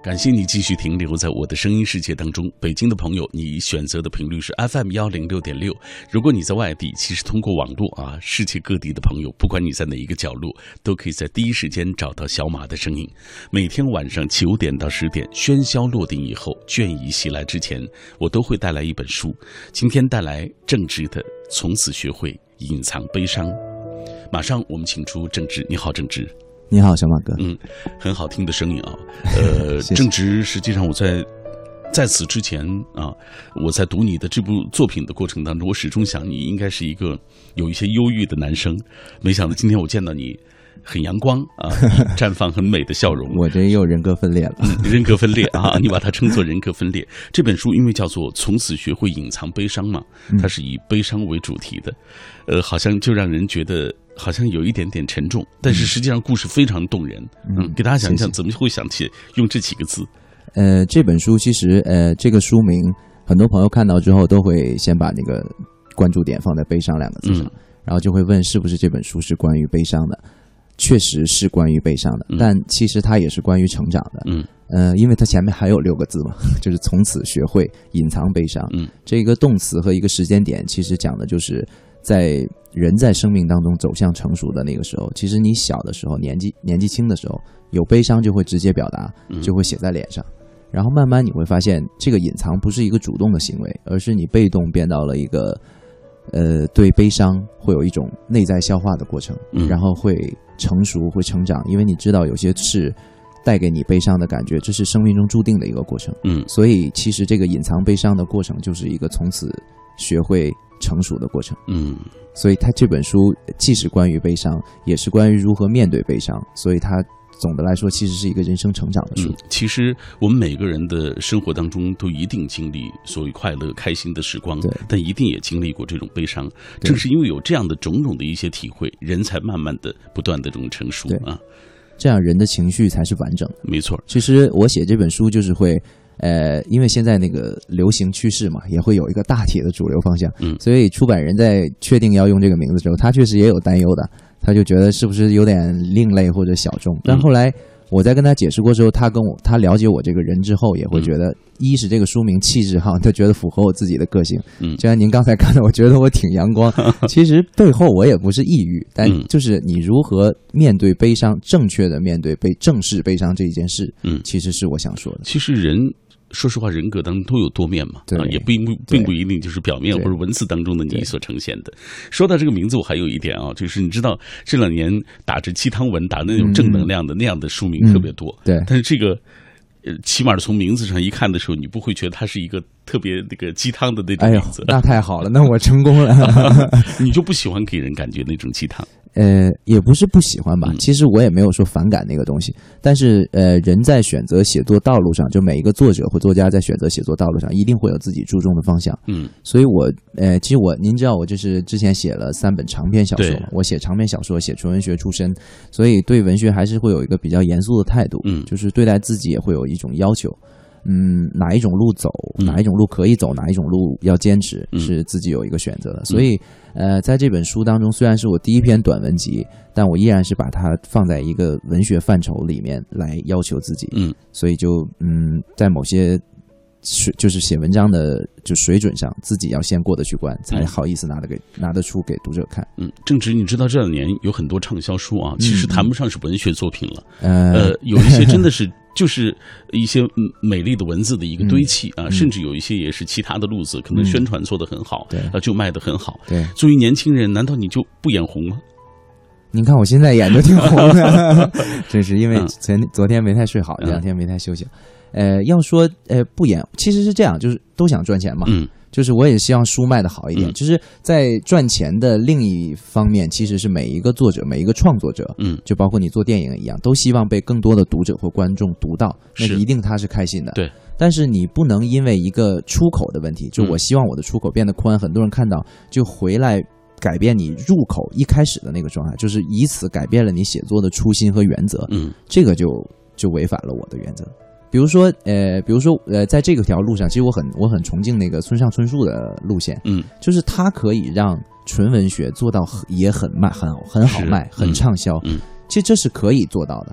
感谢你继续停留在我的声音世界当中。北京的朋友，你选择的频率是 FM106.6。如果你在外地，其实通过网络世界各地的朋友，不管你在哪一个角落，都可以在第一时间找到小马的声音。每天晚上9点到10点，喧嚣落定以后，倦意袭来之前，我都会带来一本书。今天带来郑直的《从此学会隐藏悲伤》。马上我们请出郑直。你好，郑直。 你好，小马哥。 很好听的声音啊。郑直，实际上我在此之前我在读你的这部作品的过程当中，我始终想你应该是一个有一些忧郁的男生，没想到今天我见到你很阳光绽放很美的笑容。 我这又人格分裂了。 人格分裂你把它称作人格分裂。这本书因为叫做《从此学会隐藏悲伤》嘛，它是以悲伤为主题的，好像就让人觉得好像有一点点沉重，但是实际上故事非常动人。给大家讲一讲怎么会想起用这几个字。 这本书其实这个书名很多朋友看到之后都会先把那个关注点放在悲伤2个字上，然后就会问是不是这本书是关于悲伤的。确实是关于悲伤的，但其实它也是关于成长的。因为它前面还有6个字嘛，就是从此学会隐藏悲伤。这个动词和一个时间点其实讲的就是在人在生命当中走向成熟的那个时候，其实你小的时候年纪轻的时候有悲伤就会直接表达，就会写在脸上，然后慢慢你会发现这个隐藏不是一个主动的行为，而是你被动变到了一个对悲伤会有一种内在消化的过程，然后会成熟会成长，因为你知道有些事带给你悲伤的感觉，这是生命中注定的一个过程。所以其实这个隐藏悲伤的过程就是一个从此学会成熟的过程。所以他这本书既是关于悲伤，也是关于如何面对悲伤，所以他总的来说其实是一个人生成长的书。 其实我们每个人的生活当中都一定经历所谓快乐开心的时光，但一定也经历过这种悲伤。正是因为有这样的种种的一些体会，人才慢慢的不断的这种成熟这样人的情绪才是完整的。 没错。 其实我写这本书就是会因为现在那个流行趋势嘛，也会有一个大体的主流方向，所以出版人在确定要用这个名字之后，他确实也有担忧的，他就觉得是不是有点另类或者小众。但后来我在跟他解释过之后，他了解我这个人之后，也会觉得一是这个书名气质他觉得符合我自己的个性。就像您刚才看到，我觉得我挺阳光，其实背后我也不是抑郁，但就是你如何面对悲伤，正确的面对正视悲伤这一件事，其实是我想说的。 其实说实话，人格当中都有多面嘛，也并不一定就是表面或者文字当中的你所呈现的。说到这个名字，我还有一点就是你知道这2年打着鸡汤文，打那种正能量的那样的书名特别多，但是这个起码从名字上一看的时候，你不会觉得它是一个特别那个鸡汤的那种名字。 那太好了，那我成功了。 你就不喜欢给人感觉那种鸡汤？ 也不是不喜欢吧，其实我也没有说反感那个东西，但是人在选择写作道路上，就每一个作者或作家在选择写作道路上，一定会有自己注重的方向。所以我其实您知道我就是之前写了3本长篇小说嘛，我写长篇小说，写纯文学出身，所以对文学还是会有一个比较严肃的态度，就是对待自己也会有一种要求。哪一种路走，哪一种路可以走，哪一种路要坚持，是自己有一个选择的。所以在这本书当中，虽然是我第1篇短文集，但我依然是把它放在一个文学范畴里面来要求自己。所以就在某些就是写文章的就水准上，自己要先过得去关，才好意思拿得出给读者看。 正直，你知道这2年有很多畅销书其实谈不上是文学作品了，有一些真的是就是一些美丽的文字的一个堆砌甚至有一些也是其他的路子，可能宣传做得很好，就卖得很好。作为年轻人，难道你就不眼红吗？ 您看我现在眼就挺红的，这是因为昨天没太睡好，这2天没太休息。要说不演，其实是这样，就是都想赚钱嘛。就是我也希望书卖得好一点，就是在赚钱的另一方面，其实是每一个作者每一个创作者就包括你做电影一样，都希望被更多的读者或观众读到，那一定他是开心的。 对， 但是你不能因为一个出口的问题，就我希望我的出口变得宽，很多人看到就回来改变你入口一开始的那个状态，就是以此改变了你写作的初心和原则。这个就违反了我的原则。比如说在这个条路上，其实我很崇敬那个村上春树的路线，就是他可以让纯文学做到也很好卖，很畅销，其实这是可以做到的。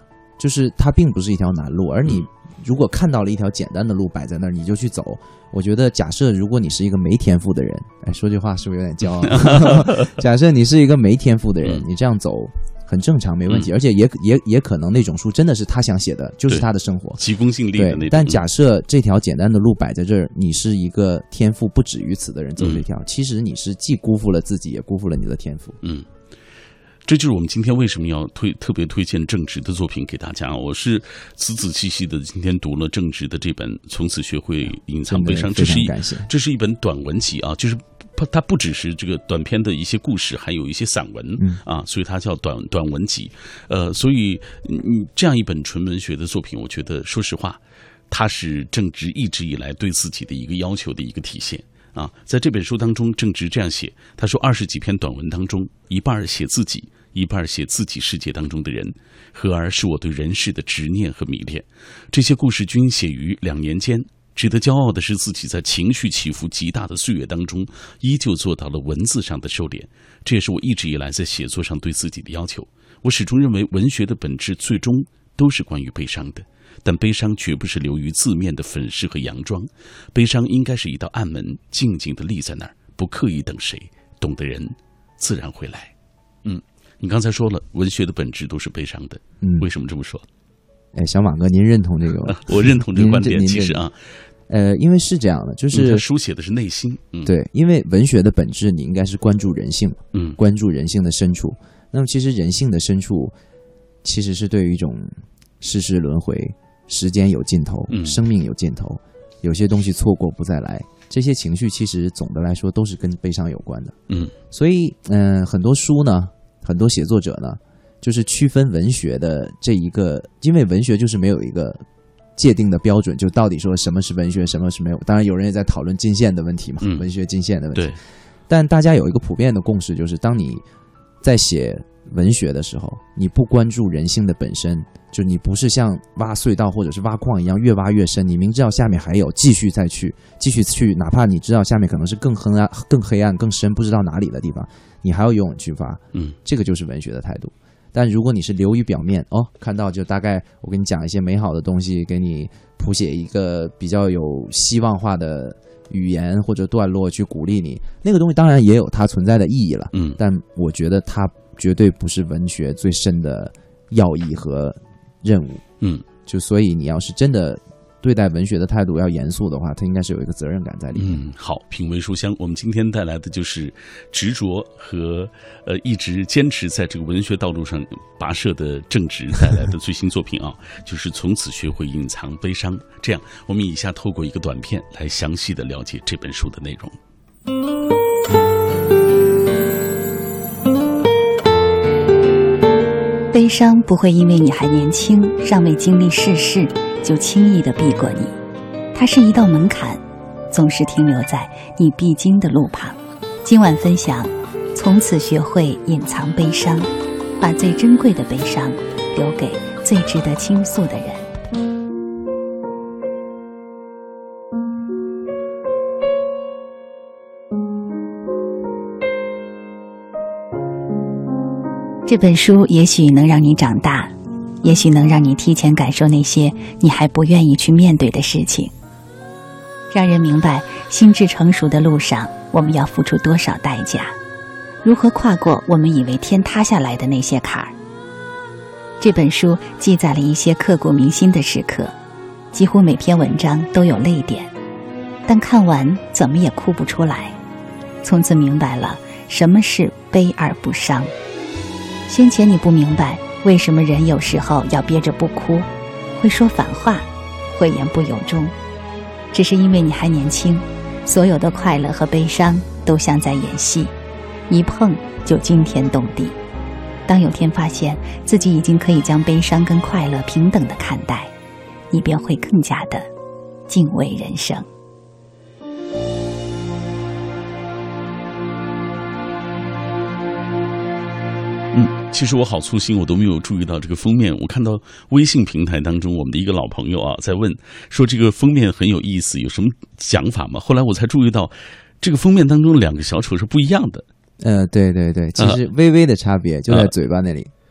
就是它并不是一条难路，而你如果看到了一条简单的路摆在那儿，你就去走。我觉得，假设如果你是一个没天赋的人，说这话是不是有点骄傲？假设你是一个没天赋的人，你这样走很正常，没问题。而且也可能那种书真的是他想写的，就是他的生活， 急功近利的那种。 但假设这条简单的路摆在这儿，你是一个天赋不止于此的人走这条，其实你是既辜负了自己，也辜负了你的天赋。 这就是我们今天为什么要特别推荐郑执的作品给大家。我是仔仔细细的今天读了郑执的这本《从此学会隐藏悲伤》，这是一本短文集啊，就是它不只是这个短篇的一些故事，还有一些散文啊，所以它叫短文集。所以这样一本纯文学的作品，我觉得说实话，它是郑执一直以来对自己的一个要求的一个体现。在这本书当中，郑执这样写，他说20几篇短文当中，一半写自己，一半写自己世界当中的人，和而是我对人世的执念和迷恋。这些故事均写于2年间。值得骄傲的是，自己在情绪起伏极大的岁月当中，依旧做到了文字上的收敛。这也是我一直以来在写作上对自己的要求。我始终认为，文学的本质最终都是关于悲伤的。但悲伤绝不是流于字面的粉饰和佯装，悲伤应该是一道暗门，静静地立在那儿，不刻意等谁，懂的人自然会来。你刚才说了，文学的本质都是悲伤的，为什么这么说？ 小马哥，您认同这个吗？ 我认同这个观点。其实因为是这样的，就是书写的是内心， 对，因为文学的本质你应该是关注人性，关注人性的深处。那么其实人性的深处，其实是对于一种世事轮回。时间有尽头，生命有尽头，有些东西错过不再来，这些情绪其实总的来说都是跟悲伤有关的。所以很多书呢，很多写作者呢，就是区分文学的这一个，因为文学就是没有一个界定的标准，就到底说什么是文学，什么是没有。当然有人也在讨论禁限的问题嘛，文学禁限的问题。对，但大家有一个普遍的共识，就是当你在写文学的时候，你不关注人性的本身，就你不是像挖隧道或者是挖矿一样越挖越深，你明知道下面还有，继续去，哪怕你知道下面可能是更黑暗更深不知道哪里的地方，你还要勇往去挖。这个就是文学的态度。但如果你是流于表面，看到就大概我跟你讲一些美好的东西，给你谱写一个比较有希望化的语言或者段落去鼓励你，那个东西当然也有它存在的意义了。但我觉得它绝对不是文学最深的要义和任务。就所以你要是真的对待文学的态度要严肃的话，它应该是有一个责任感在里面。 好，品味书香，我们今天带来的就是执着和一直坚持在这个文学道路上跋涉的郑执带来的最新作品就是从此学会隐藏悲伤。这样，我们以下透过一个短片来详细的了解这本书的内容。 悲伤不会因为你还年轻，尚未经历世事，就轻易地避过你。它是一道门槛，总是停留在你必经的路旁。今晚分享，从此学会隐藏悲伤，把最珍贵的悲伤留给最值得倾诉的人。这本书也许能让你长大，也许能让你提前感受那些你还不愿意去面对的事情，让人明白心智成熟的路上我们要付出多少代价，如何跨过我们以为天塌下来的那些坎儿。这本书记载了一些刻骨铭心的时刻，几乎每篇文章都有泪点，但看完怎么也哭不出来。从此明白了什么是悲而不伤。先前你不明白为什么人有时候要憋着不哭，会说反话，会言不由衷，只是因为你还年轻，所有的快乐和悲伤都像在演戏，一碰就惊天动地。当有天发现自己已经可以将悲伤跟快乐平等的看待，你便会更加的敬畏人生。 其实我好粗心，我都没有注意到这个封面。我看到微信平台当中我们的一个老朋友在问说这个封面很有意思，有什么讲法吗？后来我才注意到这个封面当中两个小丑是不一样的。 对对对，其实微微的差别就在嘴巴那里。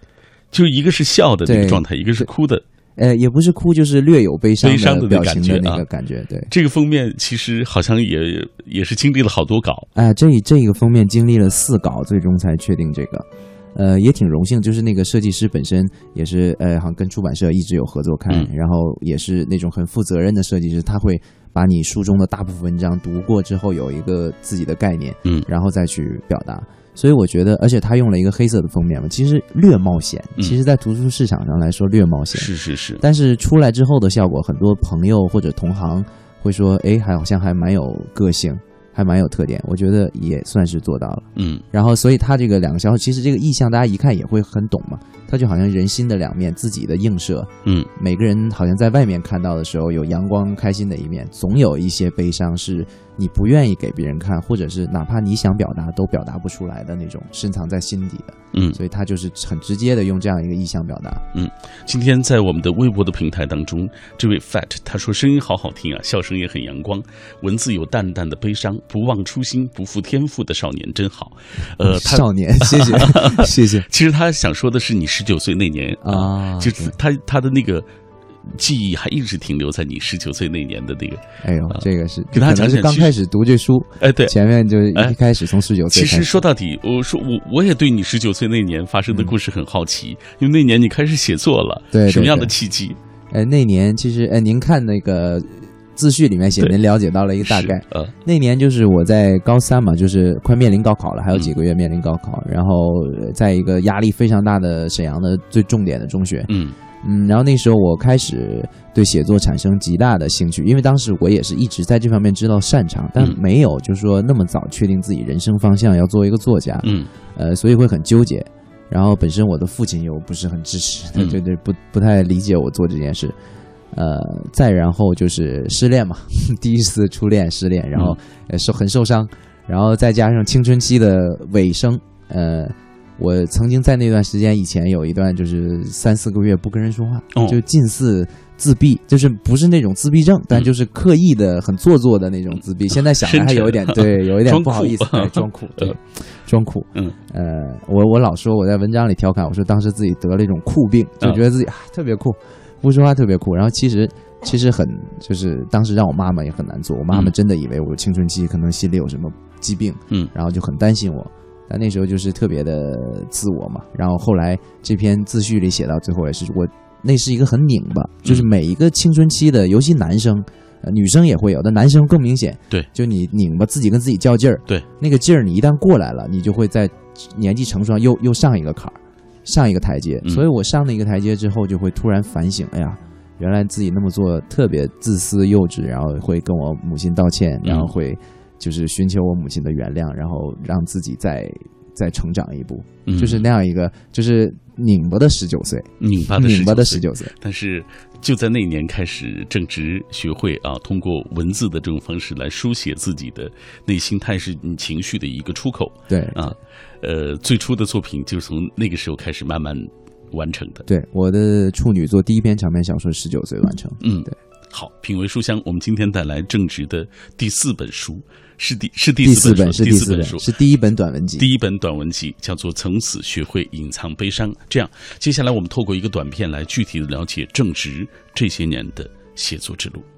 就一个是笑的那个状态，一个是哭的。 也不是哭，就是略有悲伤的表情的那个感觉。对， 这个封面其实好像也是经历了好多稿。 这个封面经历了4稿，最终才确定这个。也挺荣幸，就是那个设计师本身也是好像跟出版社一直有合作开，然后也是那种很负责任的设计师，他会把你书中的大部分文章读过之后有一个自己的概念，然后再去表达。所以我觉得，而且他用了一个黑色的封面嘛，其实略冒险。其实，在图书市场上来说，略冒险。 是。 但是出来之后的效果，很多朋友或者同行会说，好像还蛮有个性，还蛮有特点。我觉得也算是做到了。然后，所以他这个2个小时，其实这个意象大家一看也会很懂嘛。它就好像人心的2面，自己的映射。每个人好像在外面看到的时候有阳光开心的一面，总有一些悲伤是你不愿意给别人看，或者是哪怕你想表达都表达不出来的那种深藏在心底的。所以他就是很直接的用这样一个意象表达。 今天在我们的微博的平台当中，这位 Fat 他说声音好好听啊，笑声也很阳光，文字有淡淡的悲伤，不忘初心不负天赋的少年真好。 少年，谢谢谢谢。 其实他想说的是你19岁那年啊，就是他的那个记忆还一直停留在你19岁那年的那个。 这个是跟他讲是刚开始读这书，对，前面就一开始从19岁。 其实说到底，我也对你19岁那年发生的故事很好奇，因为那年你开始写作了， 对， 什么样的契机？ 那年其实您看那个自序里面写，您了解到了一个大概。那年就是我在高3嘛，就是快面临高考了，还有几个月面临高考，然后在一个压力非常大的沈阳的最重点的中学。然后那时候我开始对写作产生极大的兴趣，因为当时我也是一直在这方面知道擅长，但没有就是说那么早确定自己人生方向要做一个作家。所以会很纠结。然后本身我的父亲又不是很支持，对，不太理解我做这件事。再然后就是失恋嘛，第一次初恋失恋，然后很受伤，然后再加上青春期的尾声。我曾经在那段时间以前有一段就是3-4个月不跟人说话，就近似自闭，就是不是那种自闭症，但就是刻意的很做作的那种自闭。现在想来还有一点有一点不好意思，装酷，对，装酷。我老说我在文章里调侃，我说当时自己得了一种酷病，就觉得自己特别酷，不说话特别酷。然后其实很就是当时让我妈妈也很难做，我妈妈真的以为我青春期可能心里有什么疾病，然后就很担心我。但那时候就是特别的自我嘛，然后后来这篇自序里写到最后也是那是一个很拧巴，就是每一个青春期的，尤其男生，女生也会有，但男生更明显。对，就你拧巴自己跟自己较劲儿，对，那个劲儿你一旦过来了，你就会在年纪成熟上又上一个坎儿，上一个台阶。所以我上了一个台阶之后，就会突然反省，哎呀，原来自己那么做特别自私幼稚，然后会跟我母亲道歉，然后会就是寻求我母亲的原谅，然后让自己再成长一步，就是那样一个就是拧巴的19岁，拧巴的19岁。 但是就在那年开始正直学会通过文字的这种方式来书写自己的内心，它也是你情绪的一个出口。 对最初的作品就是从那个时候开始慢慢完成的。 对，我的处女作第一篇长篇小说19岁完成。 对。好，品味书香，我们今天带来正直的第4本书，是第4本书， 是第1本短文集， 第1本短文集叫做《从此学会隐藏悲伤》。这样，接下来我们透过一个短片来具体的了解正直这些年的写作之路。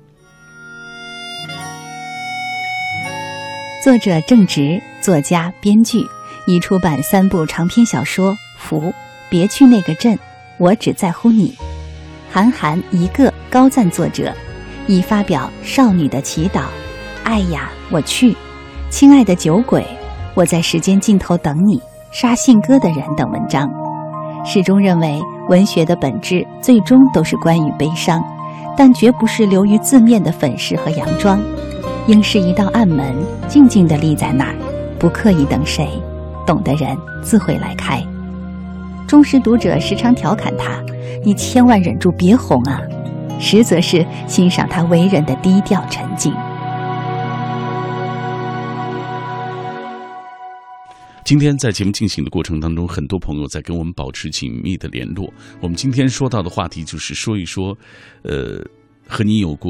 作者正直，作家、编剧，已出版3部长篇小说《福》、《别去那个镇》、《我只在乎你》。韩寒一个高赞作者，已发表《少女的祈祷》、《爱呀我去》、《亲爱的酒鬼》、《我在时间尽头等你》、《杀信鸽的人》等文章。始终认为文学的本质最终都是关于悲伤，但绝不是流于字面的粉饰和佯装，应是一道暗门，静静地立在那儿，不刻意等谁，懂的人自会来开。忠实读者时常调侃他，你千万忍住别红啊，实则是欣赏他为人的低调沉静。 今天在节目进行的过程当中，很多朋友在跟我们保持紧密的联络。我们今天说到的话题就是说一说和你有过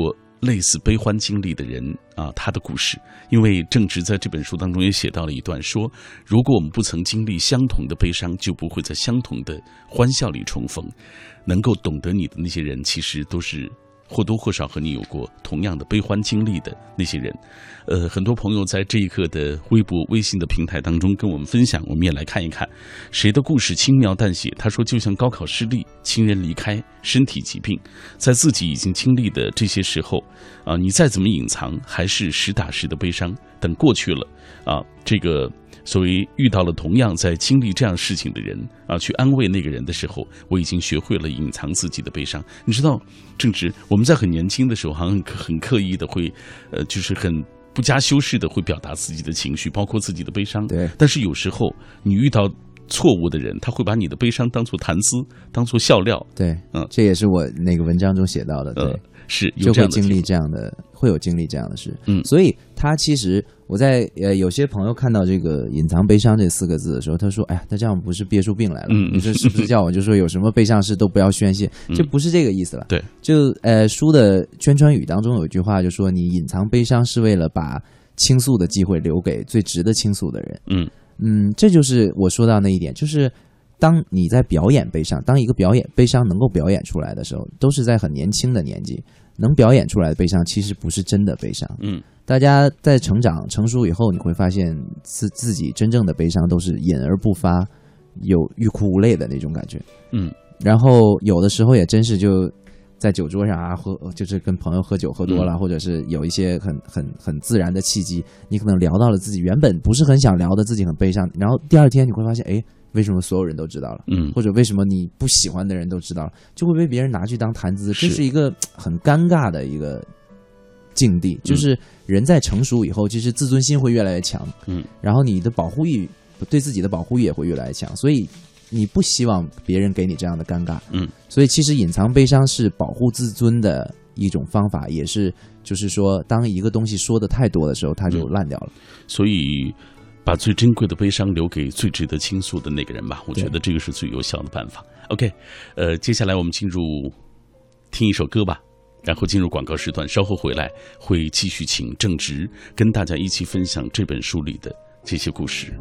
类似悲欢经历的人啊，他的故事。因为正直在这本书当中也写到了一段说，如果我们不曾经历相同的悲伤，就不会在相同的欢笑里重逢。能够懂得你的那些人，其实都是或多或少和你有过同样的悲欢经历的那些人。很多朋友在这一刻的微博、微信的平台当中跟我们分享，我们也来看一看谁的故事轻描淡写。他说，就像高考失利、亲人离开、身体疾病，在自己已经经历的这些时候你再怎么隐藏，还是实打实的悲伤。等过去了这个所谓遇到了同样在经历这样事情的人去安慰那个人的时候，我已经学会了隐藏自己的悲伤。你知道，正直我们在很年轻的时候，好像很刻意的会就是很不加修饰的会表达自己的情绪，包括自己的悲伤。 对。 但是有时候你遇到错误的人，他会把你的悲伤当作谈资，当作笑料。 对，这也是我那个文章中写到的。对， 是有就会经历这样的，会有经历这样的事。所以他其实我在有些朋友看到这个隐藏悲伤这4个字的时候，他说：“哎呀，他这样不是憋出病来了？你说是不是叫我就说有什么悲伤事都不要宣泄？这不是这个意思了。 对， 就书的宣传语当中有一句话，就说你隐藏悲伤是为了把倾诉的机会留给最值得倾诉的人。这就是我说到那一点，就是当你在表演悲伤，当一个悲伤能够表演出来的时候，都是在很年轻的年纪能表演出来的悲伤，其实不是真的悲伤。大家在成长成熟以后，你会发现自己真正的悲伤都是隐而不发，有欲哭无泪的那种感觉。然后有的时候也真是就在酒桌上就是跟朋友喝酒喝多了，或者是有一些很自然的契机，你可能聊到了自己原本不是很想聊的，自己很悲伤，然后第二天你会发现，哎，为什么所有人都知道了？或者为什么你不喜欢的人都知道了，就会被别人拿去当谈资，这是一个很尴尬的一个境地。就是人在成熟以后，其实自尊心会越来越强，然后你的保护欲，对自己的保护欲也会越来越强，所以你不希望别人给你这样的尴尬。所以其实隐藏悲伤是保护自尊的一种方法，也是就是说，当一个东西说的太多的时候，它就烂掉了。 所以把最珍贵的悲伤留给最值得倾诉的那个人吧，我觉得这个是最有效的办法。OK， 接下来我们进入听一首歌吧，然后进入广告时段，稍后回来会继续请正直跟大家一起分享这本书里的这些故事。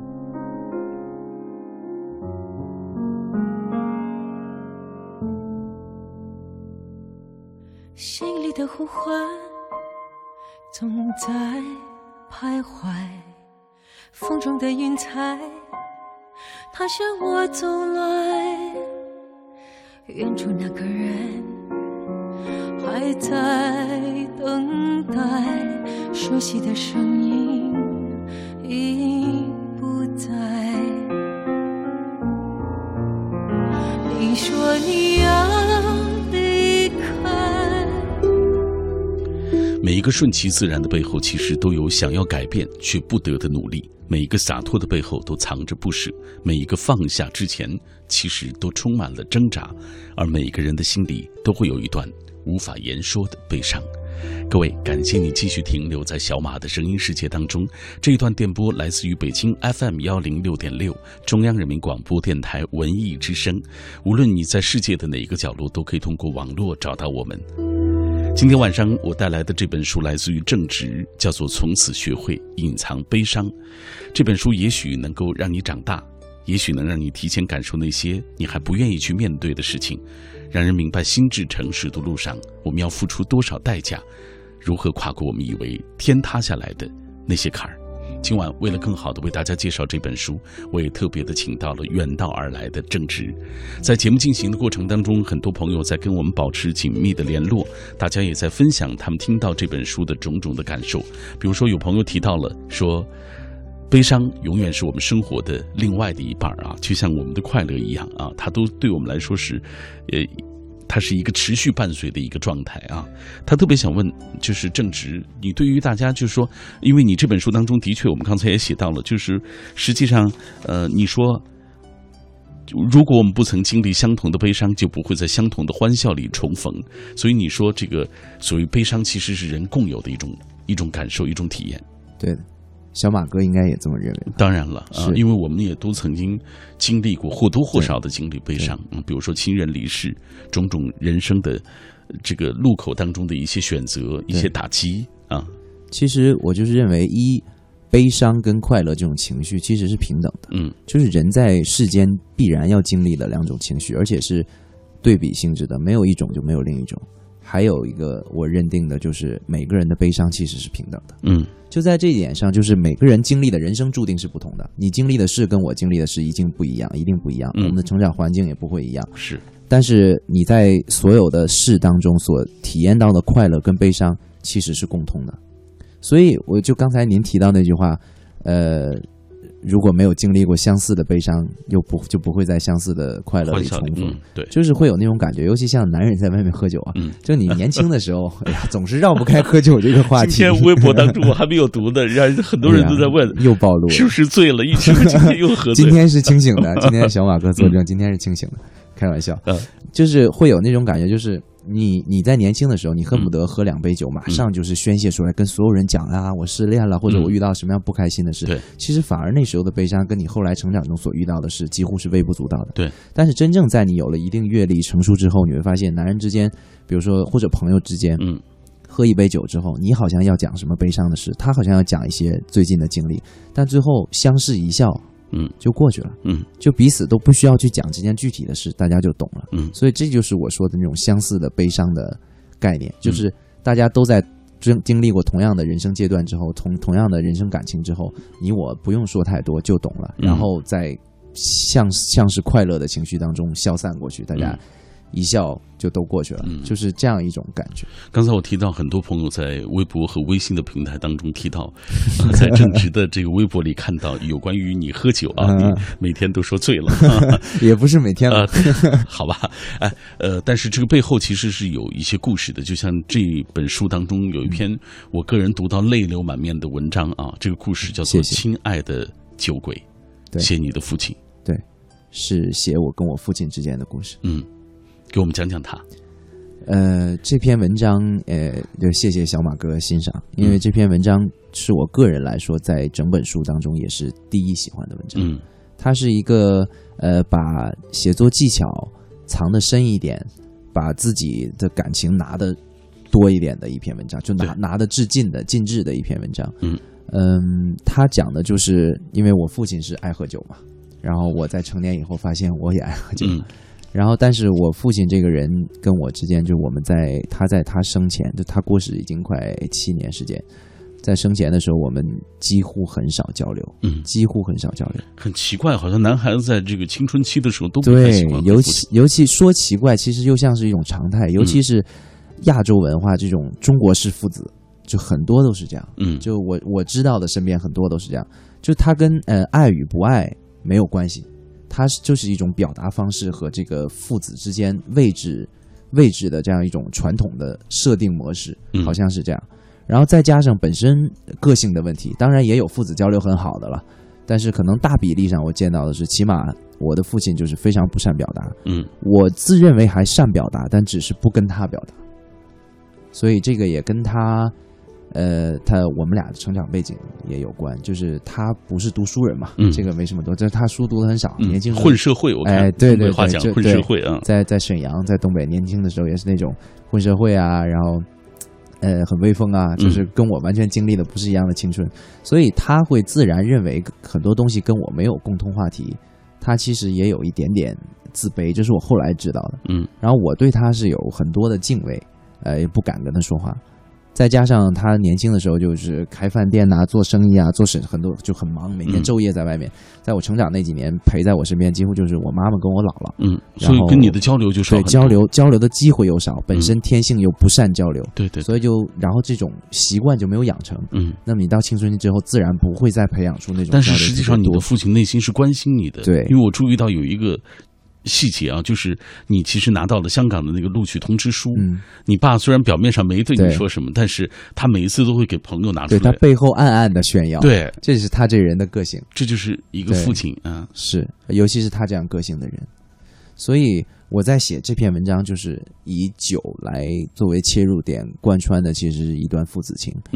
心里的呼唤总在徘徊，风中的云彩它向我走来，远处那个人还在等待，熟悉的声音已不在。你说你要离开， 每一个顺其自然的背后，其实都有想要改变却不得的努力；每一个洒脱的背后，都藏着不舍；每一个放下之前，其实都充满了挣扎。而每一个人的心里，都会有一段无法言说的悲伤。各位，感谢你继续停留在小马的声音世界当中。这一段电波来自于北京 FM106.6 中央人民广播电台文艺之声。无论你在世界的哪一个角落，都可以通过网络找到我们。今天晚上我带来的这本书来自于正直，叫做《从此学会隐藏悲伤》。这本书也许能够让你长大，也许能让你提前感受那些你还不愿意去面对的事情，让人明白心智成熟的路上我们要付出多少代价，如何跨过我们以为天塌下来的那些坎儿。今晚为了更好的为大家介绍这本书，我也特别的请到了远道而来的正直。在节目进行的过程当中，很多朋友在跟我们保持紧密的联络，大家也在分享他们听到这本书的种种的感受。比如说有朋友提到了说，悲伤永远是我们生活的另外的一半啊，就像我们的快乐一样啊，它都对我们来说是它是一个持续伴随的一个状态啊。他特别想问，就是正直，你对于大家就是说，因为你这本书当中的确我们刚才也写到了，就是实际上你说如果我们不曾经历相同的悲伤，就不会在相同的欢笑里重逢。所以你说这个所谓悲伤其实是人共有的一种感受，一种体验。 对的， 小马哥应该也这么认为。 当然了啊，因为我们也都曾经经历过或多或少的经历悲伤，比如说亲人离世，种种人生的这个路口当中的一些选择，一些打击啊。 其实我就是认为，悲伤跟快乐这种情绪其实是平等的，就是人在世间必然要经历的两种情绪，而且是对比性质的，没有一种就没有另一种。还有一个我认定的就是每个人的悲伤其实是平等的，就在这一点上，就是每个人经历的人生注定是不同的，你经历的事跟我经历的事一定不一样，我们的成长环境也不会一样， 是。但是你在所有的事当中所体验到的快乐跟悲伤其实是共通的。所以我就刚才您提到那句话，如果没有经历过相似的悲伤，就不会在相似的快乐里重复， 对， 就是会有那种感觉。尤其像男人在外面喝酒啊，就你年轻的时候，哎呀，总是绕不开喝酒这个话题。 今天微博当中我还没有读的，让很多人都在问， 又暴露了， 是不是醉了？一听今天又喝醉了。 今天是清醒的，今天小马哥作证，今天是清醒的，开玩笑，就是会有那种感觉，就是你在年轻的时候，你恨不得喝2杯酒，马上就是宣泄出来，跟所有人讲啊，我失恋了，或者我遇到什么样不开心的事。 对， 其实反而那时候的悲伤，跟你后来成长中所遇到的事，几乎是微不足道的。 对， 但是真正在你有了一定阅历、成熟之后，你会发现，男人之间，比如说或者朋友之间，喝一杯酒之后，你好像要讲什么悲伤的事，他好像要讲一些最近的经历，但最后相视一笑。就过去了，就彼此都不需要去讲这件具体的事，大家就懂了，所以这就是我说的那种相似的悲伤的概念，就是大家都在经历过同样的人生阶段之后，同样的人生感情之后，你我不用说太多就懂了，然后在像是快乐的情绪当中消散过去，大家一笑就都过去了，就是这样一种感觉。 刚才我提到很多朋友在微博和微信的平台当中提到，在正直的这个微博里看到有关于你喝酒啊，你每天都说醉了， 也不是每天了， 好吧，但是这个背后其实是有一些故事的，就像这本书当中有一篇我个人读到泪流满面的文章啊，这个故事叫做《亲爱的酒鬼》，写你的父亲， 对，是写我跟我父亲之间的故事， 给我们讲讲他。 这篇文章，就谢谢小马哥欣赏，因为这篇文章是我个人来说，在整本书当中也是第一喜欢的文章。它是一个把写作技巧藏得深一点，把自己的感情拿得多一点的一篇文章，就拿得尽致的一篇文章。他讲的就是因为我父亲是爱喝酒嘛，然后我在成年以后发现我也爱喝酒。然后，但是我父亲这个人跟我之间，就我们他在他生前，就他过世已经快7年时间，在生前的时候，我们几乎很少交流，几乎很少交流。 很奇怪，好像男孩子在这个青春期的时候都不太喜欢。 对，尤其说奇怪，其实又像是一种常态，尤其是亚洲文化这种中国式父子，就很多都是这样。就我知道的身边很多都是这样，就他跟爱与不爱没有关系。它就是一种表达方式和这个父子之间位置的这样一种传统的设定模式，好像是这样。然后再加上本身个性的问题，当然也有父子交流很好的了，但是可能大比例上我见到的是，起码我的父亲就是非常不善表达。我自认为还善表达，但只是不跟他表达。所以这个也跟他我们俩的成长背景也有关，就是他不是读书人嘛，这个没什么多，就是他书读的很少，年轻混社会，我看对， 话讲混社会啊， 在沈阳，在东北，年轻的时候也是那种混社会啊，然后很威风啊，就是跟我完全经历的不是一样的青春，所以他会自然认为很多东西跟我没有共同话题，他其实也有一点点自卑，这是我后来知道的。然后我对他是有很多的敬畏，也不敢跟他说话。再加上他年轻的时候就是开饭店啊，做生意啊，很多就很忙，每天昼夜在外面。在我成长那几年，陪在我身边几乎就是我妈妈跟我姥姥。 所以跟你的交流就少很多。 对，交流的机会又少，本身天性又不善交流。 对， 所以然后这种习惯就没有养成。那么你到青春期之后，自然不会再培养出那种。 但是实际上，你的父亲内心是关心你的。 对， 因为我注意到有一个细节啊，就是你其实拿到了香港的那个录取通知书。你爸虽然表面上没对你说什么，但是他每一次都会给朋友拿出来， 对，他背后暗暗的炫耀。 对， 这是他这个人的个性， 这就是一个父亲啊， 是，尤其是他这样个性的人。所以我在写这篇文章，就是以酒来作为切入点，贯穿的其实是一段父子情。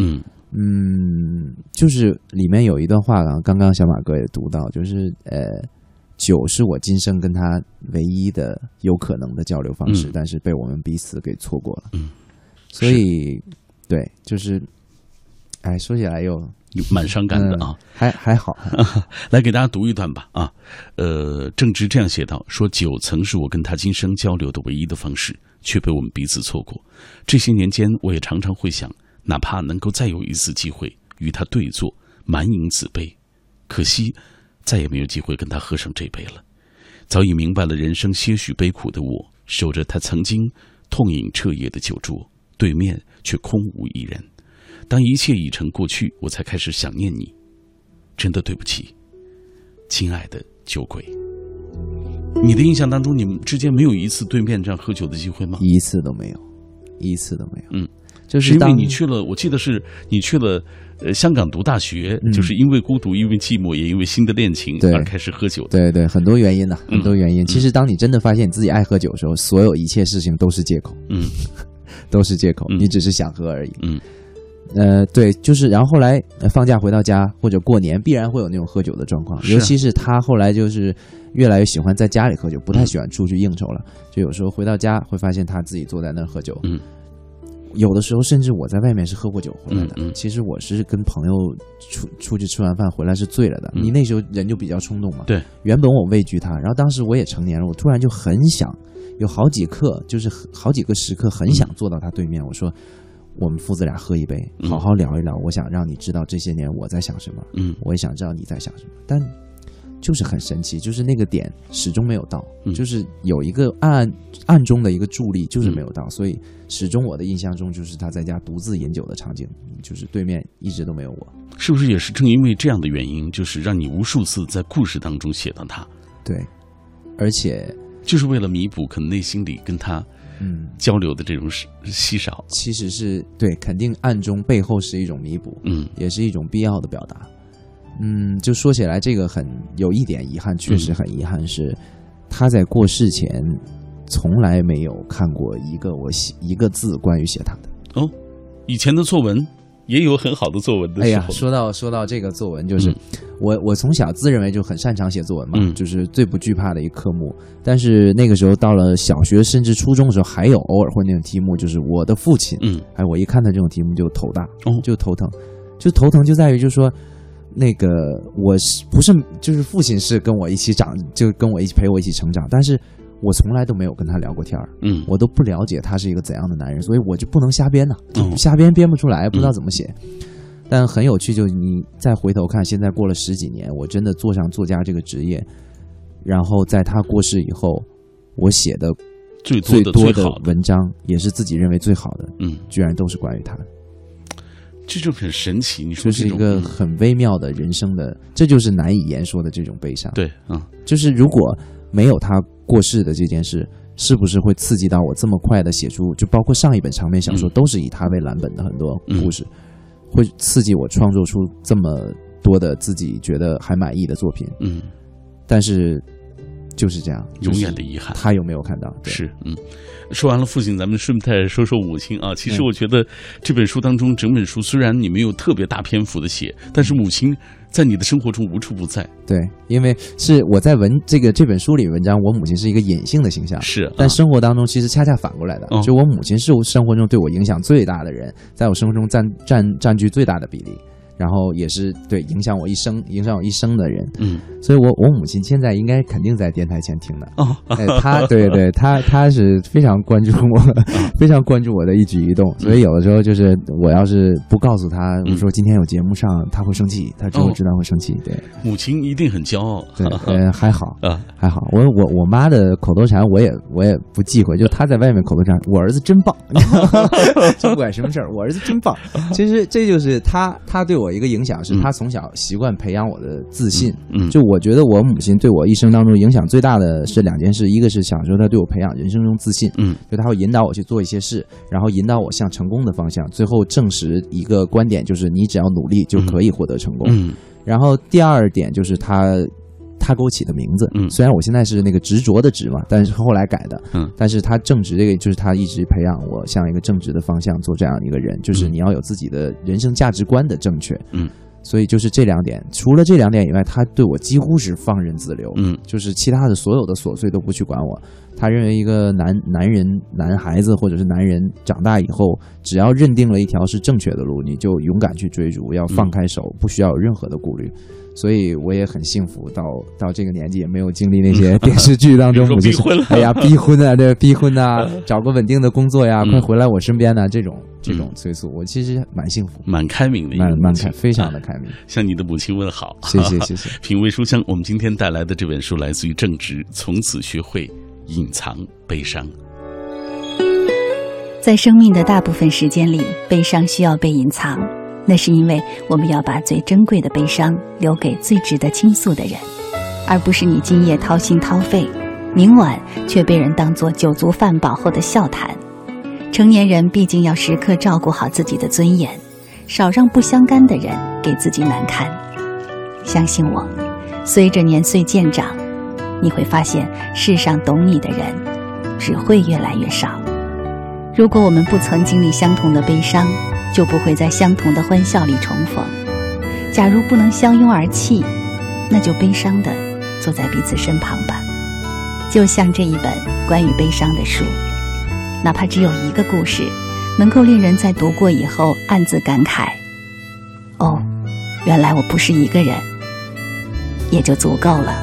就是里面有一段话啊，刚刚小马哥也读到，就是酒是我今生跟他唯一的有可能的交流方式，但是被我们彼此给错过了。所以对，就是说起来又蛮伤感的啊。 还好。 来给大家读一段吧啊。郑直这样写道，说酒曾是我跟他今生交流的唯一的方式，却被我们彼此错过。这些年间我也常常会想，哪怕能够再有一次机会与他对坐，满饮此杯，可惜再也没有机会跟他喝上这杯了。早已明白了人生些许悲苦的我，守着他曾经痛饮彻夜的酒桌，对面却空无一人。当一切已成过去，我才开始想念你。真的对不起，亲爱的酒鬼。你的印象当中，你们之间没有一次对面这样喝酒的机会吗？ 一次都没有。就是因为你去了，我记得是你去了香港读大学，就是因为孤独，因为寂寞，也因为新的恋情而开始喝酒的。 对，很多原因的，很多原因。其实当你真的发现你自己爱喝酒的时候，所有一切事情都是借口，都是借口，你只是想喝而已。对，就是然后后来放假回到家或者过年，必然会有那种喝酒的状况，尤其是他后来就是越来越喜欢在家里喝酒，不太喜欢出去应酬了。就有时候回到家会发现他自己坐在那儿喝酒。有的时候甚至我在外面是喝过酒回来的。其实我是跟朋友出去吃完饭回来是醉了的。你那时候人就比较冲动嘛。 对。 原本我畏惧他，然后当时我也成年了，我突然就很想，有好几刻就是好几个时刻很想坐到他对面，我说我们父子俩喝一杯，好好聊一聊。我想让你知道这些年我在想什么，我也想知道你在想什么。但就是很神奇，就是那个点始终没有到，就是有一个暗中的一个助力，就是没有到，所以始终我的印象中就是他在家独自饮酒的场景，就是对面一直都没有我。 是不是也是正因为这样的原因，就是让你无数次在故事当中写到他？ 对，而且就是为了弥补可能内心里跟他交流的这种稀少。 其实是对，肯定暗中背后是一种弥补，也是一种必要的表达。就说起来，这个很有一点遗憾，确实很遗憾，是他在过世前从来没有看过一个字关于写他的。 哦，以前的作文也有很好的作文的时候。 哎呀，说到这个作文，就是我从小自认为就很擅长写作文嘛，就是最不惧怕的一个科目。但是那个时候到了小学甚至初中的时候，还有偶尔会那种题目，就是我的父亲。我一看到这种题目就头大，就头疼，就在于就是说。那个我不是就是父亲是跟我一起长，就跟我陪我一起成长，但是我从来都没有跟他聊过天我都不了解他是一个怎样的男人，所以我就不能瞎编瞎编不出来，不知道怎么写。但很有趣，就你再回头看，现在过了10几年，我真的做上作家这个职业，然后在他过世以后，我写的最多的文章，也是自己认为最好的，居然都是关于他的。 这就很神奇，你说这是一个很微妙的人生的，这就是难以言说的这种悲伤。 对， 就是如果没有他过世的这件事，是不是会刺激到我这么快的写出？就包括上一本长篇小说都是以他为蓝本的很多故事，会刺激我创作出这么多的自己觉得还满意的作品。但是就是这样， 永远的遗憾。 他有没有看到？ 是，说完了父亲，咱们顺带说说母亲啊。其实我觉得这本书当中，整本书虽然你没有特别大篇幅的写，但是母亲在你的生活中无处不在。 对，因为是我在这本书里文章，我母亲是一个隐性的形象， 是， 但生活当中其实恰恰反过来的，就我母亲是我生活中对我影响最大的人，在我生活中占据最大的比例。然后也是对影响我一生的人，所以我母亲现在应该肯定在电台前听的。她对她是非常关注我，非常关注我的一举一动，所以有的时候就是我要是不告诉她，我说今天有节目上，她会生气，她知道会生气。对， 母亲一定很骄傲。 对，还好还好。我妈的口头禅我也不忌讳，就她在外面口头禅，我儿子真棒，就不管什么事儿，我儿子真棒。其实这就是她对我一个影响，是他从小习惯培养我的自信。就我觉得我母亲对我一生当中影响最大的是2件事，一个是小时候他对我培养人生中自信，就他会引导我去做一些事，然后引导我向成功的方向，最后证实一个观点，就是你只要努力就可以获得成功。然后第二点就是他他给我起的名字。虽然我现在是那个执着的执嘛，但是后来改的。但是他正直这个就是他一直培养我向一个正直的方向做这样一个人，就是你要有自己的人生价值观的正确。所以就是这2点，除了这2点以外，他对我几乎是放任自流。就是其他的所有的琐碎都不去管我。他认为一个男孩子或者是男人长大以后，只要认定了一条是正确的路，你就勇敢去追逐，要放开手，不需要有任何的顾虑。所以我也很幸福，到这个年纪也没有经历那些电视剧当中， 逼婚了， 哎呀，逼婚啊，对，逼婚啊，找个稳定的工作呀，快回来我身边啊，这种催促，我其实蛮幸福， 蛮开明的一个蛮非常的开明。 向你的母亲问好， 谢谢。 品味书香，我们今天带来的这本书来自于正直，从此学会隐藏悲伤。 在生命的大部分时间里，悲伤需要被隐藏。那是因为我们要把最珍贵的悲伤留给最值得倾诉的人，而不是你今夜掏心掏肺，明晚却被人当作酒足饭饱后的笑谈。成年人毕竟要时刻照顾好自己的尊严，少让不相干的人给自己难堪。相信我，随着年岁渐长，你会发现世上懂你的人只会越来越少。如果我们不曾经历相同的悲伤，就不会在相同的欢笑里重逢。假如不能相拥而泣，那就悲伤地坐在彼此身旁吧。就像这一本关于悲伤的书，哪怕只有一个故事，能够令人在读过以后暗自感慨，哦，原来我不是一个人，也就足够了。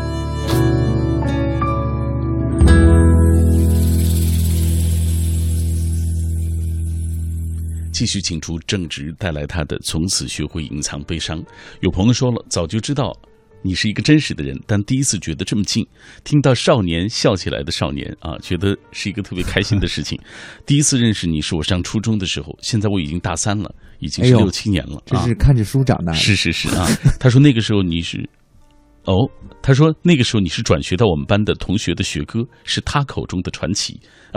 继续请出正直带来他的从此学会隐藏悲伤。有朋友说了，早就知道你是一个真实的人，但第一次觉得这么近，听到少年笑起来的少年啊，觉得是一个特别开心的事情。第一次认识你是我上初中的时候，现在我已经大3了，已经是6、7年了。 这是看着书长大的。 是啊。他说那个时候你是他说那个时候你是转学到我们班的同学的学哥，是他口中的传奇。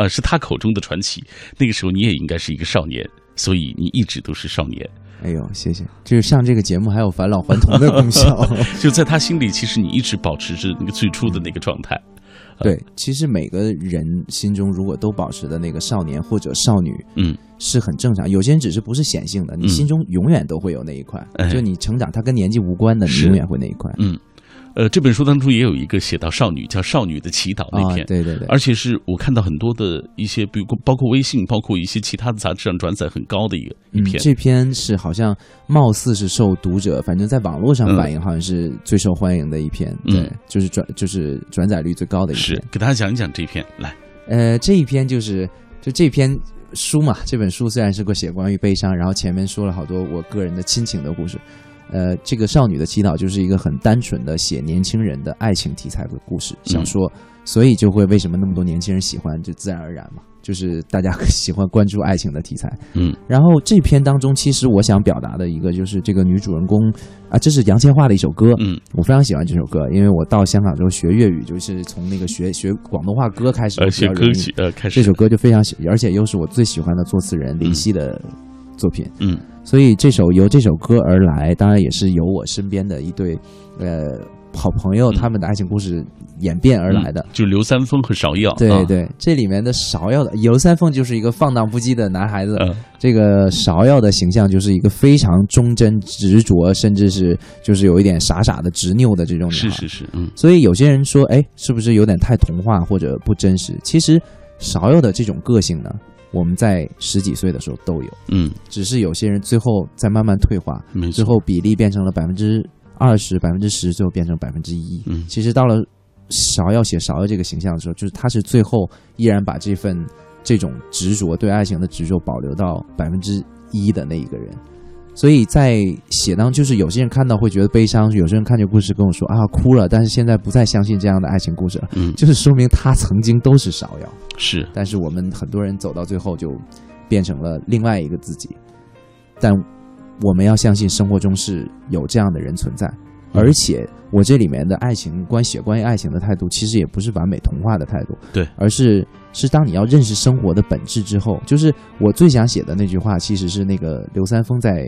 那个时候你也应该是一个少年，所以你一直都是少年。 哎呦，谢谢！就是上这个节目还有返老还童的功效。 就在他心里，其实你一直保持着那个最初的那个状态。 对，其实每个人心中如果都保持的那个少年或者少女，是很正常。有些人只是不是显性的，你心中永远都会有那一块。就你成长，它跟年纪无关的，你永远会那一块。 这本书当中也有一个写到少女，叫《少女的祈祷》那篇， 对， 而且是我看到很多的一些，比如包括微信，包括一些其他的杂志上转载很高的一篇。 这篇是好像貌似是受读者，反正在网络上反映，好像是最受欢迎的一篇。对，就是转载率最高的一篇。 是，给大家讲一讲这篇来。 这一篇就这篇书嘛，这本书虽然是个写关于悲伤，然后前面说了好多我个人的亲情的故事。这个少女的祈祷就是一个很单纯的写年轻人的爱情题材的故事小说，所以就会为什么那么多年轻人喜欢，就自然而然嘛，就是大家喜欢关注爱情的题材。然后这篇当中，其实我想表达的一个就是这个女主人公啊，这是杨千嬅的一首歌，我非常喜欢这首歌，因为我到香港之后学粤语，就是从那个学广东话歌开始， 学歌曲开始， 这首歌就非常喜，而且又是我最喜欢的作词人林夕的作品。所以由这首歌而来，当然也是由我身边的一对好朋友他们的爱情故事演变而来的， 就刘三丰和芍药。 对，这里面的芍药的刘三丰就是一个放荡不羁的男孩子，这个芍药的形象就是一个非常忠贞执着，甚至是就是有一点傻傻的执拗的这种女孩。 是， 所以有些人说，是不是有点太童话或者不真实？其实芍药的这种个性呢，我们在10几岁的时候都有，只是有些人最后在慢慢退化，最后比例变成了20%、10%，最后变成1%。其实到了芍药写芍药这个形象的时候，就是他是最后依然把这种执着，对爱情的执着保留到1%的那一个人。所以在写当中，就是有些人看到会觉得悲伤，有些人看这故事跟我说啊哭了，但是现在不再相信这样的爱情故事了，就是说明他曾经都是芍药。 是， 但是我们很多人走到最后就变成了另外一个自己。但我们要相信生活中是有这样的人存在，而且我这里面的爱情观写关于爱情的态度，其实也不是完美童话的态度， 对， 而是当你要认识生活的本质之后，就是我最想写的那句话，其实是那个刘三丰在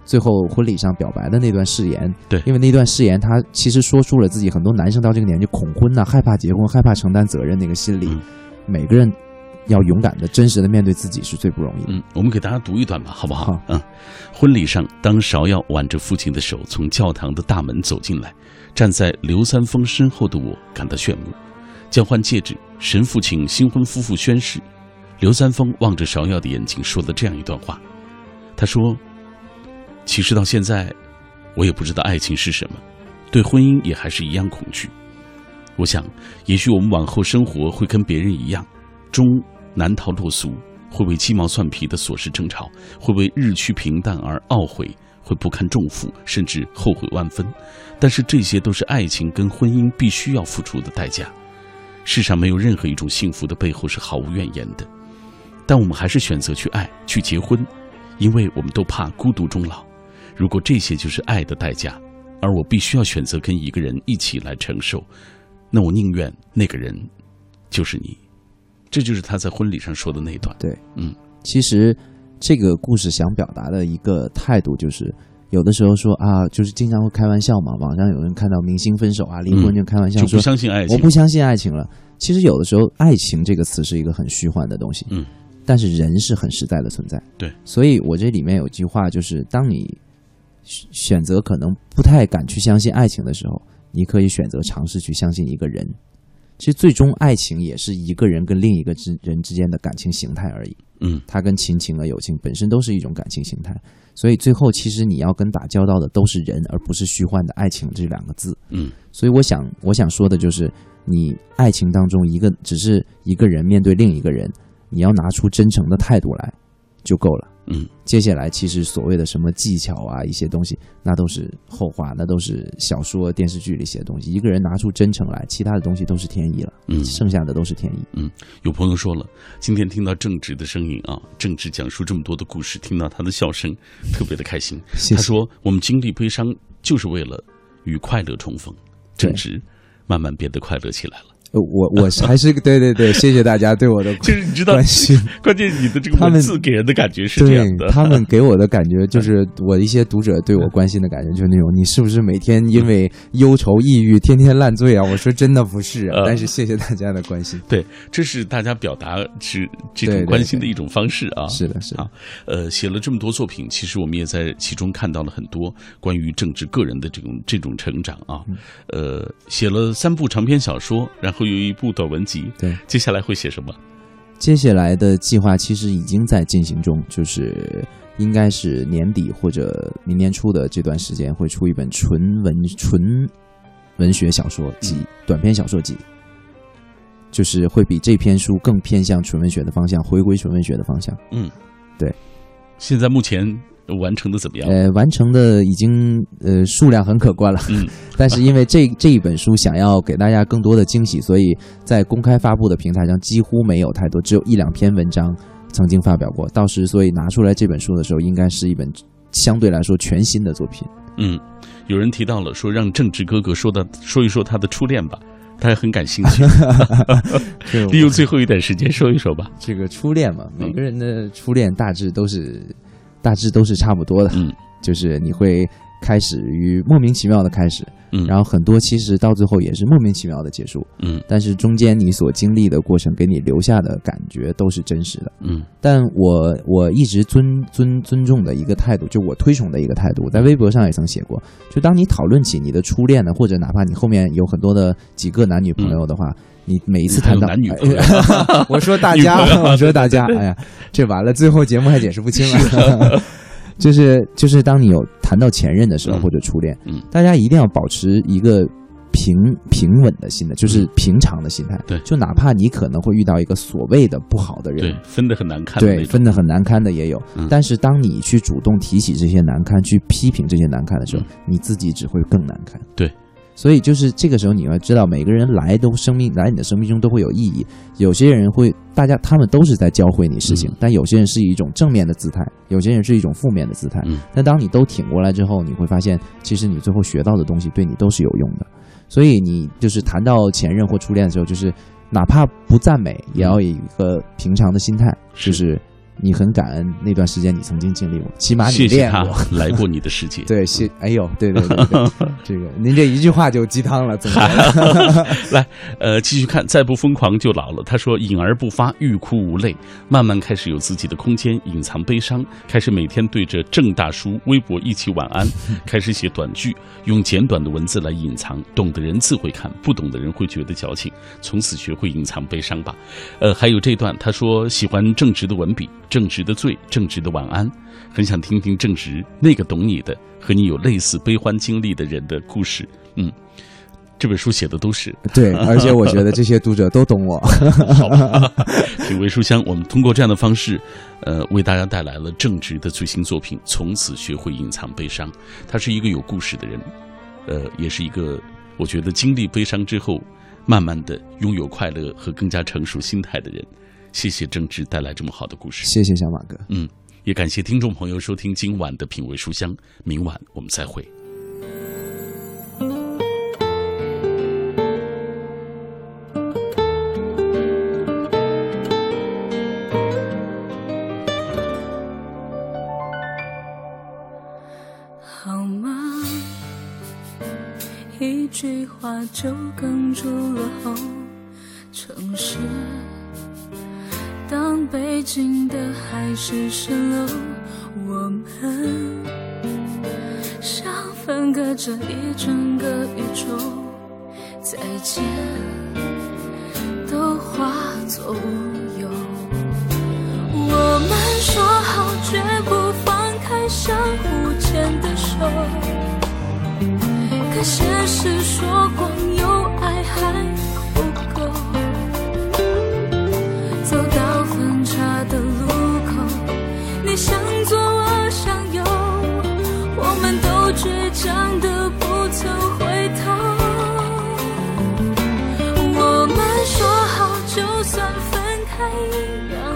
最后婚礼上表白的那段誓言。 对， 因为那段誓言他其实说出了自己很多男生到这个年纪恐婚啊，害怕结婚，害怕承担责任那个心理。每个人要勇敢的真实的面对自己是最不容易的。 我们给大家读一段吧，好不好？婚礼上，当芍药挽着父亲的手从教堂的大门走进来，站在刘三丰身后的我感到炫目。交换戒指，神父请新婚夫妇宣誓。刘三丰望着芍药的眼睛说了这样一段话，他说，其实到现在我也不知道爱情是什么，对婚姻也还是一样恐惧。我想也许我们往后生活会跟别人一样，终难逃落俗，会为鸡毛蒜皮的琐事争吵，会为日趋平淡而懊悔，会不堪重负，甚至后悔万分。但是这些都是爱情跟婚姻必须要付出的代价。世上没有任何一种幸福的背后是毫无怨言的，但我们还是选择去爱，去结婚，因为我们都怕孤独终老。如果这些就是爱的代价，而我必须要选择跟一个人一起来承受，那我宁愿那个人就是你。这就是他在婚礼上说的那一段。 对，其实这个故事想表达的一个态度就是，有的时候说啊，就是经常会开玩笑嘛，网上有人看到明星分手啊、离婚就开玩笑说， 就不相信爱情， 我不相信爱情了。其实有的时候，爱情这个词是一个很虚幻的东西，但是人是很实在的存在。对，所以我这里面有句话，就是当你选择可能不太敢去相信爱情的时候，你可以选择尝试去相信一个人。其实最终爱情也是一个人跟另一个人之间的感情形态而已。它跟亲情和友情本身都是一种感情形态，所以最后其实你要跟打交道的都是人，而不是虚幻的爱情这两个字。所以我想说的就是，你爱情当中只是一个人面对另一个人，你要拿出真诚的态度来就够了。接下来其实所谓的什么技巧啊，一些东西，那都是后话，那都是小说电视剧里写的东西。一个人拿出真诚来，其他的东西都是天意了。剩下的都是天意。 有朋友说了，今天听到正直的声音啊，正直讲述这么多的故事，听到他的笑声特别的开心。 谢谢。 他说我们经历悲伤就是为了与快乐重逢，正直慢慢变得快乐起来了。 我还是对，谢谢大家对我的关心。 就是你知道，关键你的这个文字给人的感觉是这样的。 他们给我的感觉就是我一些读者对我关心的感觉就是那种，你是不是每天因为忧愁抑郁天天烂醉啊？我说真的不是啊，但是谢谢大家的关心。 对，这是大家表达是这种关心的一种方式啊。 是的，是的。 写了这么多作品，其实我们也在其中看到了很多关于政治个人的这种成长啊。写了3部长篇小说，然后有1部短文集。 对， 接下来会写什么？ 接下来的计划其实已经在进行中，就是应该是年底或者明年初的这段时间会出一本纯文学小说集，短篇小说集，就是会比这篇书更偏向纯文学的方向，回归纯文学的方向。对。 现在目前完成的怎么样？ 完成的已经数量很可观了。但是因为这一本书想要给大家更多的惊喜，所以在公开发布的平台上几乎没有太多，只有1-2篇文章曾经发表过。到时所以拿出来这本书的时候，应该是一本相对来说全新的作品。 有人提到了说让正直哥哥说一说他的初恋吧，他也很感兴趣。利用最后一点时间说一说吧。 这个初恋嘛，每个人的初恋大致都是差不多的。就是你会开始于莫名其妙的开始，然后很多其实到最后也是莫名其妙的结束。但是中间你所经历的过程给你留下的感觉都是真实的。但我一直尊重的一个态度，就我推崇的一个态度，我在微博上也曾写过，就当你讨论起你的初恋呢，或者哪怕你后面有很多的几个男女朋友的话，你每一次谈到男女朋友， 我说大家，哎呀，这完了，最后节目还解释不清了。就是当你有谈到前任的时候，或者初恋，大家一定要保持一个平稳的心态，就是平常的心态。 对， 就哪怕你可能会遇到一个所谓的不好的人， 对，分得很难看的那种， 对，分得很难堪的也有。但是当你去主动提起这些难堪，去批评这些难堪的时候，你自己只会更难堪。 对。 所以就是这个时候你要知道，每个人来你的生命中都会有意义。有些人会，他们都是在教会你事情，但有些人是一种正面的姿态，有些人是一种负面的姿态。但当你都挺过来之后，你会发现，其实你最后学到的东西对你都是有用的。所以你就是谈到前任或初恋的时候，就是哪怕不赞美，也要有一个平常的心态，就是你很感恩那段时间你曾经经历过，起码你谢谢他练过， 来过你的世界。 对，哎呦，对，这个您这一句话就鸡汤了，总结了。 来，继续看，再不疯狂就老了。他说，隐而不发，欲哭无泪，慢慢开始有自己的空间，隐藏悲伤，开始每天对着郑大叔微博一起晚安，开始写短句，用简短的文字来隐藏，懂的人自会看，不懂的人会觉得矫情，从此学会隐藏悲伤吧。还有这段，他说喜欢正直的文笔，正直的醉，正直的晚安，很想听听正直那个懂你的和你有类似悲欢经历的人的故事。这本书写的都是对，而且我觉得这些读者都懂我。 好吧，品味书香，我们通过这样的方式为大家带来了正直的最新作品，从此学会隐藏悲伤。他是一个有故事的人，也是一个我觉得经历悲伤之后慢慢的拥有快乐和更加成熟心态的人。谢谢正直带来这么好的故事。 谢谢小马哥。 也感谢听众朋友收听今晚的品味书香，明晚我们再会。 好吗？一句话就哽住了喉。城市当北京的海市蜃楼，我们像分隔着一整个宇宙，再见都化作无忧。我们说好绝不放开相互牵的手，可现实说光有爱还不够。走到分岔的路口，你向左我向右，我们都倔强的不曾回头。我们说好就算分开依然